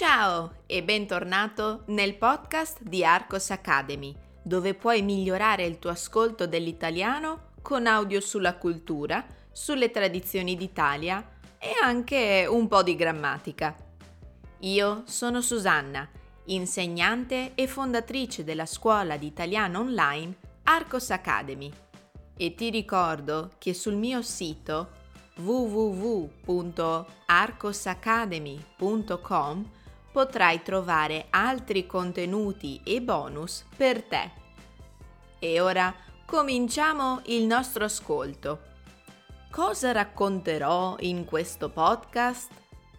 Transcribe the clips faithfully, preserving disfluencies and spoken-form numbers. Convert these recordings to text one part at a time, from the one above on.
Ciao e bentornato nel podcast di Arcos Academy, dove puoi migliorare il tuo ascolto dell'italiano con audio sulla cultura, sulle tradizioni d'Italia e anche un po' di grammatica. Io sono Susanna, insegnante e fondatrice della scuola di italiano online Arcos Academy e ti ricordo che sul mio sito w w w punto arcosacademy punto com potrai trovare altri contenuti e bonus per te. E ora cominciamo il nostro ascolto. Cosa racconterò in questo podcast?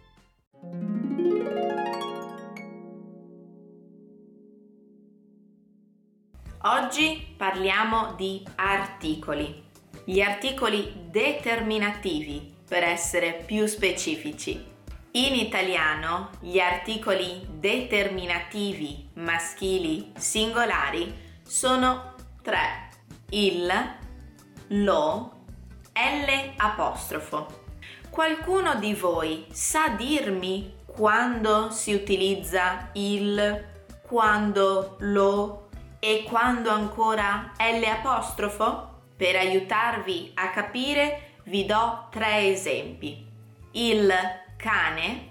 Oggi parliamo di articoli. Gli articoli determinativi, per essere più specifici. In italiano gli articoli determinativi maschili singolari sono tre: il, lo, l apostrofo. Qualcuno di voi sa dirmi quando si utilizza il, quando lo e quando ancora l apostrofo? Per aiutarvi a capire vi do tre esempi: il cane,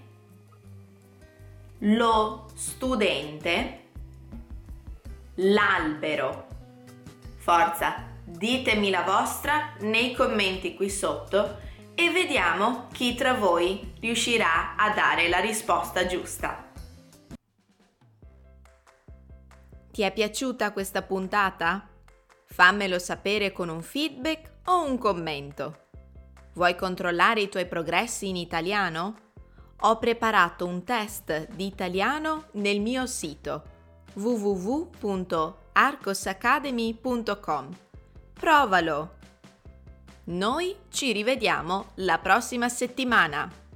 lo studente, l'albero. Forza, ditemi la vostra nei commenti qui sotto e vediamo chi tra voi riuscirà a dare la risposta giusta. Ti è piaciuta questa puntata? Fammelo sapere con un feedback o un commento. Vuoi controllare i tuoi progressi in italiano? Ho preparato un test di italiano nel mio sito w w w punto arcosacademy punto com. Provalo! Noi ci rivediamo la prossima settimana!